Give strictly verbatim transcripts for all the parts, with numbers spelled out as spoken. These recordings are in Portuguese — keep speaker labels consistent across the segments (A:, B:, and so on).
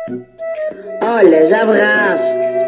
A: Olha, já berraste.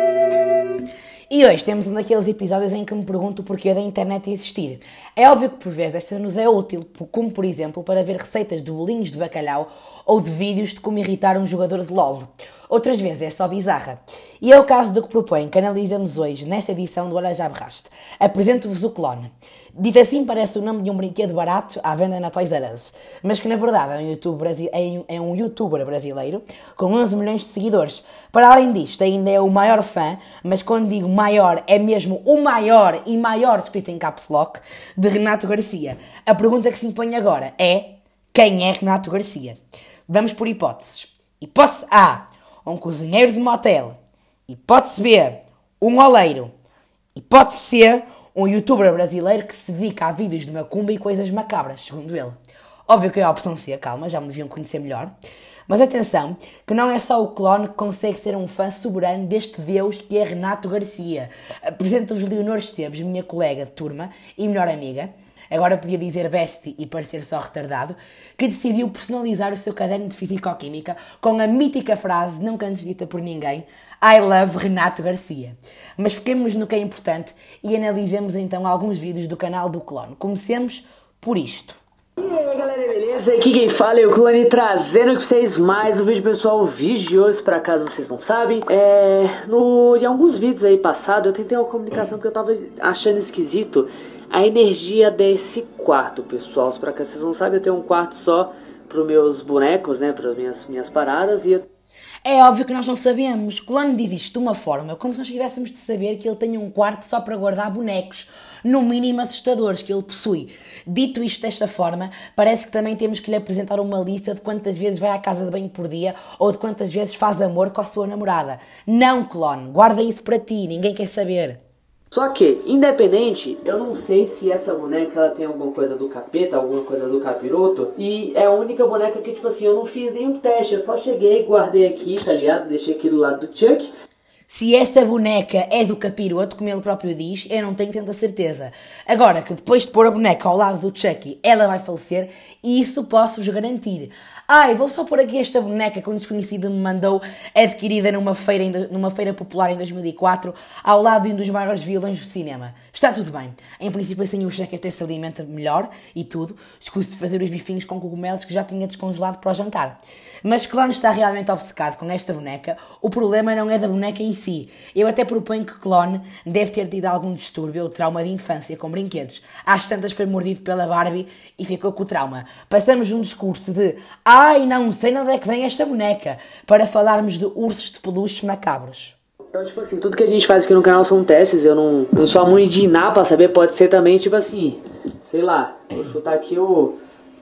B: E hoje temos um daqueles episódios em que me pergunto o porquê da internet existir. É óbvio que por vezes esta nos é útil, como por exemplo para ver receitas de bolinhos de bacalhau ou de vídeos de como irritar um jogador de LOL. Outras vezes é só bizarra. E é o caso do que proponho que analisamos hoje nesta edição do Olha Já Berraste. Apresento-vos o Clone. Dito assim parece o nome de um brinquedo barato à venda na Toys R Us, mas que na verdade é um, YouTube brasi- é um youtuber brasileiro com onze milhões de seguidores. Para além disto, ainda é o maior fã, mas quando digo maior, é mesmo o maior e maior escrito em caps lock, de Renato Garcia. A pergunta que se impõe agora é: quem é Renato Garcia? Vamos por hipóteses. Hipótese A, um cozinheiro de motel. Hipótese B, um oleiro. Hipótese C, um youtuber brasileiro que se dedica a vídeos de macumba e coisas macabras, segundo ele. Óbvio que é a opção C, calma, já me deviam conhecer melhor. Mas atenção, que não é só o Clone que consegue ser um fã soberano deste deus que é Renato Garcia. Apresento-vos Leonor Esteves, minha colega de turma e melhor amiga, agora podia dizer bestie e parecer só retardado, que decidiu personalizar o seu caderno de Fisicoquímica com a mítica frase, nunca antes dita por ninguém, I love Renato Garcia. Mas fiquemos no que é importante e analisemos então alguns vídeos do canal do Clone. Comecemos por isto.
A: E aí galera, beleza? Aqui quem fala é o Clone, trazendo aqui pra vocês mais um vídeo, pessoal. O vídeo de hoje, por acaso vocês não sabem, é... No... em alguns vídeos aí passados eu tentei uma comunicação que eu tava achando esquisito a energia desse quarto, pessoal. Se por acaso vocês não sabem, eu tenho um quarto só pros meus bonecos, né, para minhas, minhas paradas, e eu...
B: É óbvio que nós não sabemos. Clone diz isto de uma forma como se nós tivéssemos de saber que ele tem um quarto só para guardar bonecos, no mínimo assustadores, que ele possui. Dito isto desta forma, parece que também temos que lhe apresentar uma lista de quantas vezes vai à casa de banho por dia ou de quantas vezes faz amor com a sua namorada. Não, Clone, guarda isso para ti, ninguém quer saber.
A: Só que, independente, eu não sei se essa boneca ela tem alguma coisa do capeta, alguma coisa do capiroto. E é a única boneca que, tipo assim, eu não fiz nenhum teste. Eu só cheguei, guardei aqui, tá ligado? Deixei aqui do lado do Chuck.
B: Se essa boneca é do capiroto, como ele próprio diz, eu não tenho tanta certeza. Agora, que depois de pôr a boneca ao lado do Chucky, ela vai falecer, isso posso-vos garantir. Ai, vou só pôr aqui esta boneca que um desconhecido me mandou, adquirida numa feira, em, numa feira popular em dois mil e quatro, ao lado de um dos maiores vilões do cinema. Está tudo bem. Em princípio, assim o Chucky até se alimenta melhor e tudo, escuso de fazer os bifinhos com cogumelos que já tinha descongelado para o jantar. Mas Clone está realmente obcecado com esta boneca. O problema não é da boneca em si. Eu até proponho que Clone deve ter tido algum distúrbio ou trauma de infância com brinquedos. Às tantas foi mordido pela Barbie e ficou com o trauma. Passamos de um discurso de ai, não sei de onde é que vem esta boneca, para falarmos de ursos de peluche macabros.
A: Então, tipo assim, tudo que a gente faz aqui no canal são testes. Eu não, não sou muito de inar pra saber. Pode ser também, tipo assim, sei lá, vou chutar aqui o...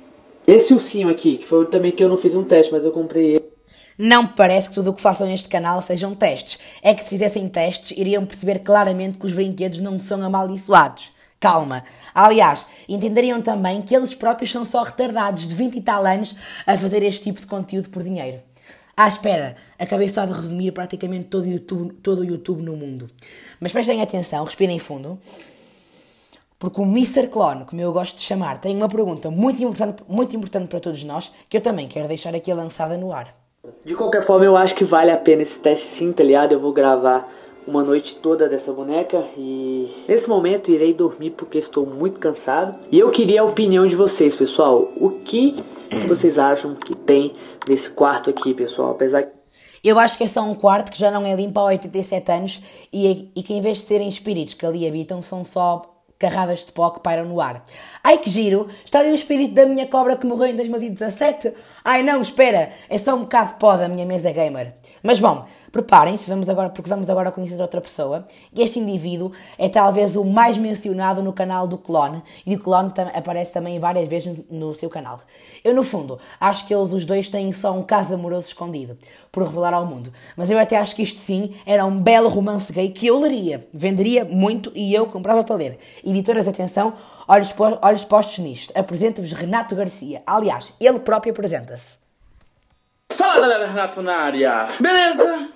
A: esse ursinho aqui, que foi também que eu não fiz um teste, mas eu comprei ele.
B: Não me parece que tudo o que façam neste canal sejam testes. É que se fizessem testes, iriam perceber claramente que os brinquedos não são amaldiçoados. Calma. Aliás, entenderiam também que eles próprios são só retardados de vinte e tal anos a fazer este tipo de conteúdo por dinheiro. Ah, espera, acabei só de resumir praticamente todo o YouTube, todo o YouTube no mundo. Mas prestem atenção, respirem fundo, porque o mister Clone, como eu gosto de chamar, tem uma pergunta muito importante, muito importante para todos nós, que eu também quero deixar aqui lançada no ar.
A: De qualquer forma, eu acho que vale a pena esse teste sim, tá ligado? Eu vou gravar uma noite toda dessa boneca e nesse momento irei dormir porque estou muito cansado. E eu queria a opinião de vocês, pessoal. O que vocês acham que tem nesse quarto aqui, pessoal? Apesar que...
B: Eu acho que é só um quarto que já não é limpo há oitenta e sete anos e, e que em vez de serem espíritos que ali habitam, são só carradas de pó que pairam no ar. Ai que giro, está ali o espírito da minha cobra que morreu em dois mil e dezassete? Ai não, espera, é só um bocado de pó da minha mesa gamer. Mas bom, preparem-se, vamos agora, porque vamos agora conhecer outra pessoa. E este indivíduo é talvez o mais mencionado no canal do Clone, e o Clone tam- aparece também várias vezes no, no seu canal. Eu, no fundo, acho que eles os dois têm só um caso amoroso escondido, por revelar ao mundo. Mas eu até acho que isto sim era um belo romance gay que eu leria, venderia muito e eu comprava para ler. Editoras, atenção, olhos, po- olhos postos nisto. Apresento-vos Renato Garcia. Aliás, ele próprio apresenta-se.
C: Fala galera, Renato na área, beleza?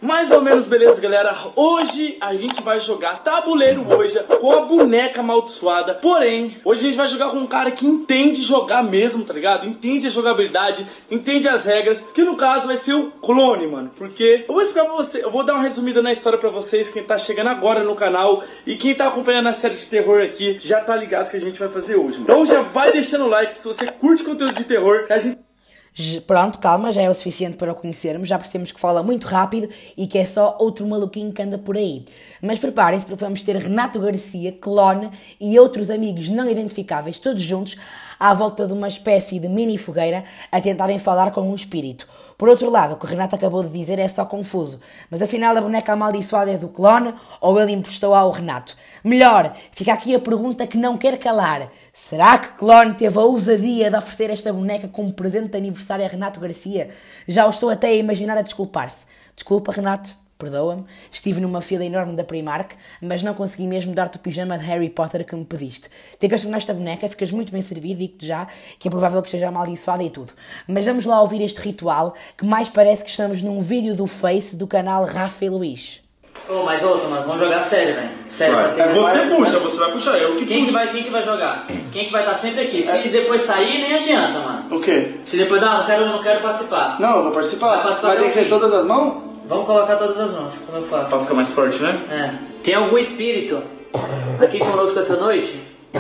C: Mais ou menos, beleza, galera? Hoje a gente vai jogar tabuleiro Ouija com a boneca amaldiçoada. Porém, hoje a gente vai jogar com um cara que entende jogar mesmo, tá ligado? Entende a jogabilidade, entende as regras. Que no caso vai ser o clone, mano. Porque eu vou explicar pra você, eu vou dar uma resumida na história pra vocês, quem tá chegando agora no canal. E quem tá acompanhando a série de terror aqui já tá ligado que a gente vai fazer hoje. Então já vai deixando o like se você curte conteúdo de terror, que a gente...
B: Pronto, calma, já é o suficiente para o conhecermos, já percebemos que fala muito rápido e que é só outro maluquinho que anda por aí. Mas preparem-se porque vamos ter Renato Garcia, clone e outros amigos não identificáveis, todos juntos, à volta de uma espécie de mini fogueira, a tentarem falar com um espírito. Por outro lado, o que o Renato acabou de dizer é só confuso, mas afinal a boneca amaldiçoada é do clone ou ele emprestou ao Renato? Melhor, fica aqui a pergunta que não quer calar. Será que clone teve a ousadia de oferecer esta boneca como presente de aniversário a Renato Garcia? Já o estou até a imaginar a desculpar-se. Desculpa, Renato. Perdoa-me, estive numa fila enorme da Primark, mas não consegui mesmo dar-te o pijama de Harry Potter que me pediste. Te gastas nesta boneca, ficas muito bem servido, digo-te já, que é provável que esteja amaldiçoada e tudo. Mas vamos lá ouvir este ritual, que mais parece que estamos num vídeo do Face do canal Rafa e Luís.
A: Ô, mas ouça, mas vamos jogar sério, velho. Sério, vai.
C: É você parte, puxa, você vai puxar, eu que
A: quem
C: puxo.
A: Que vai, quem que vai jogar? Quem que vai estar sempre aqui? Se é. depois sair, nem adianta, mano.
C: O quê?
A: Se depois, ah, não quero, não quero participar.
C: Não, eu vou participar.
A: Vai participar
C: Vai ter que ser todas as mãos?
A: Vamos colocar todas as mãos, como eu faço.
C: Pra ficar mais forte, né?
A: É. Tem algum espírito aqui conosco essa noite?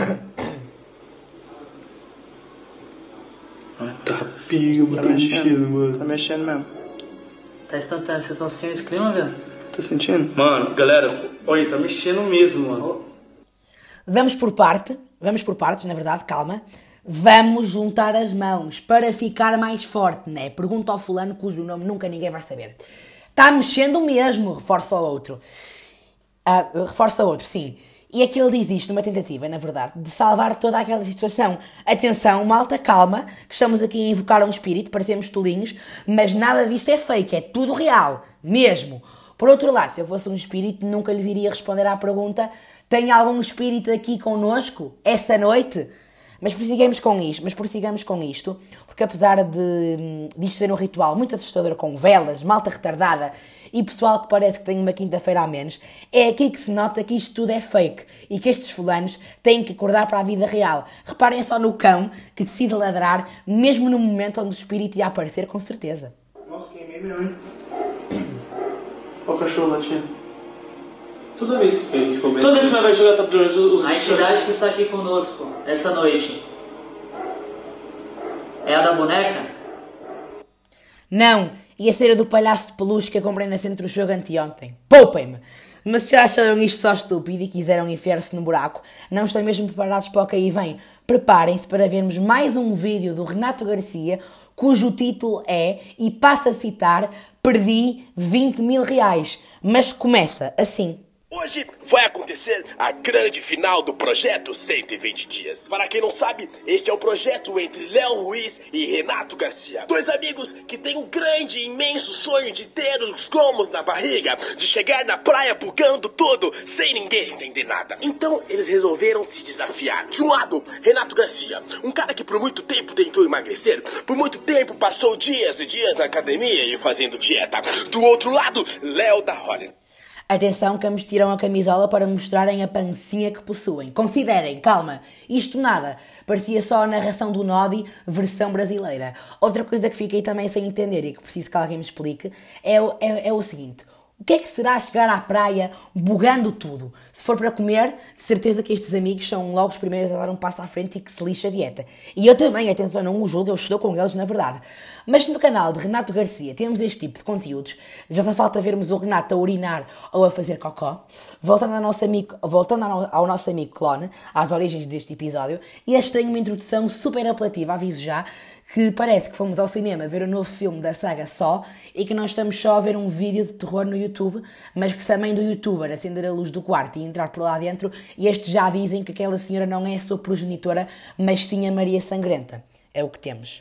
C: Ah, tá pigo, tá mexendo, mano.
D: Tá mexendo mesmo.
A: Tá instantâneo, vocês estão sentindo esse clima, velho?
D: Tá sentindo?
C: Mano, galera, olha, tá mexendo mesmo, mano.
B: Vamos por parte, vamos por partes, na verdade, calma. Vamos juntar as mãos para ficar mais forte, né? Pergunta ao fulano cujo nome nunca ninguém vai saber. Tá mexendo mesmo, reforça o outro. Ah, reforça o outro, sim. E é que ele diz isto numa tentativa, na verdade, de salvar toda aquela situação. Atenção, malta, calma, que estamos aqui a invocar um espírito, parecemos tolinhos, mas nada disto é fake, é tudo real, mesmo. Por outro lado, se eu fosse um espírito, nunca lhes iria responder à pergunta: tem algum espírito aqui connosco essa noite? Mas prossigamos com isto, mas prossigamos com isto, porque apesar de, de isto ser um ritual muito assustador, com velas, malta retardada e pessoal que parece que tem uma quinta-feira a menos, é aqui que se nota que isto tudo é fake e que estes fulanos têm que acordar para a vida real. Reparem só no cão que decide ladrar, mesmo no momento onde o espírito ia aparecer, com certeza.
D: Nossa, queimei mesmo, hein? Olha o cachorro latindo.
C: Toda vez que a gente começa... Toda vez que nós vai jogar tabuleiro...
A: A entidade que está aqui conosco essa noite é a da boneca?
B: Não, ia ser a do palhaço de peluche que eu comprei na Centro Jogo anteontem. Poupem-me! Mas se já acharam isto só estúpido e quiseram enfiar-se no buraco, não estão mesmo preparados para o que aí vem. Preparem-se para vermos mais um vídeo do Renato Garcia, cujo título é, e passo a citar, perdi vinte mil reais. Mas começa assim.
E: Hoje vai acontecer a grande final do projeto cento e vinte dias. Para quem não sabe, este é um projeto entre Léo Ruiz e Renato Garcia. Dois amigos que têm um grande e imenso sonho de ter os gomos na barriga, de chegar na praia bugando tudo, sem ninguém entender nada. Então eles resolveram se desafiar. De um lado, Renato Garcia, um cara que por muito tempo tentou emagrecer, por muito tempo passou dias e dias na academia e fazendo dieta. Do outro lado, Léo da Hornet.
B: Atenção que ambos tiram a camisola para mostrarem a pancinha que possuem. Considerem, calma, isto nada. Parecia só a narração do Nodi, versão brasileira. Outra coisa que fiquei também sem entender e que preciso que alguém me explique é o, é, é o seguinte. O que é que será chegar à praia bugando tudo? Se for para comer, de certeza que estes amigos são logo os primeiros a dar um passo à frente e que se lixa a dieta. E eu também, atenção, não o julgo, eu estou com eles na verdade. Mas se no canal de Renato Garcia temos este tipo de conteúdos, já só falta vermos o Renato a urinar ou a fazer cocó. Voltando ao nosso amigo, voltando ao, ao nosso amigo clone, às origens deste episódio, este tem uma introdução super apelativa, aviso já, que parece que fomos ao cinema ver o novo filme da saga Só e que não estamos só a ver um vídeo de terror no YouTube, mas que se a mãe do youtuber acender a luz do quarto e entrar por lá dentro, e estes já dizem que aquela senhora não é a sua progenitora, mas sim a Maria Sangrenta. É o que temos.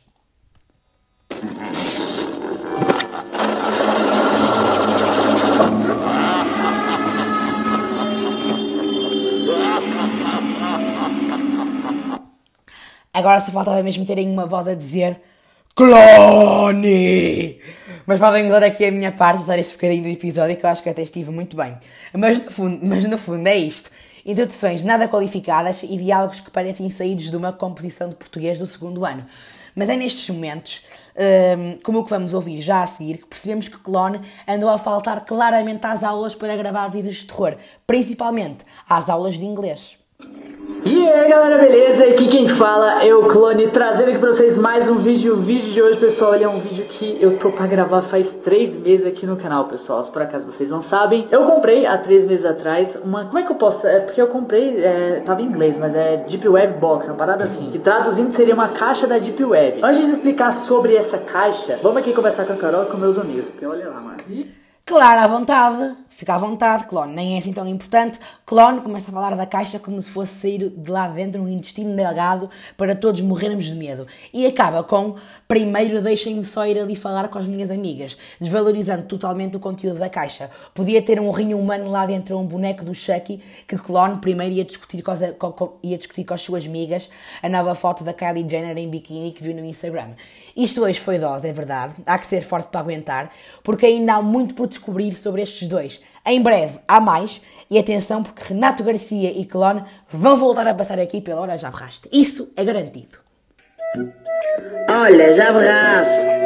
B: Agora só faltava mesmo terem uma voz a dizer Clone! Mas podem usar aqui a minha parte, usar este bocadinho do episódio, que eu acho que até estive muito bem. Mas no fundo, mas no fundo é isto. Introduções nada qualificadas e diálogos que parecem saídos de uma composição de português do segundo ano. Mas é nestes momentos, um, como o que vamos ouvir já a seguir, que percebemos que Clone andou a faltar claramente às aulas para gravar vídeos de terror, principalmente às aulas de inglês.
A: E aí galera, beleza? Aqui quem fala é o Clone, trazendo aqui pra vocês mais um vídeo. O vídeo de hoje, pessoal, ele é um vídeo que eu tô pra gravar faz três meses aqui no canal, pessoal. Se por acaso vocês não sabem, eu comprei há três meses atrás uma... Como é que eu posso... É porque eu comprei... É, tava em inglês, mas é Deep Web Box, uma parada assim. Que traduzindo seria uma caixa da Deep Web. Antes de explicar sobre essa caixa, vamos aqui conversar com a Carol e com meus amigos, porque olha lá, mano.
B: Claro, à vontade, fica à vontade, Clone, nem é assim tão importante. Clone começa a falar da caixa como se fosse sair de lá dentro um intestino delgado para todos morrermos de medo. E acaba com, primeiro deixem-me só ir ali falar com as minhas amigas, desvalorizando totalmente o conteúdo da caixa. Podia ter um rinho humano lá dentro, um boneco do Chucky, que Clone primeiro ia discutir com as, com, com, ia discutir com as suas amigas a nova foto da Kylie Jenner em biquíni que viu no Instagram. Isto hoje foi dose, é verdade, há que ser forte para aguentar, porque ainda há muito por descobrir sobre estes dois. Em breve há mais, e atenção porque Renato Garcia e Clone vão voltar a passar aqui pela Hora Já Berraste. Isso é garantido.
F: Olha, já berraste.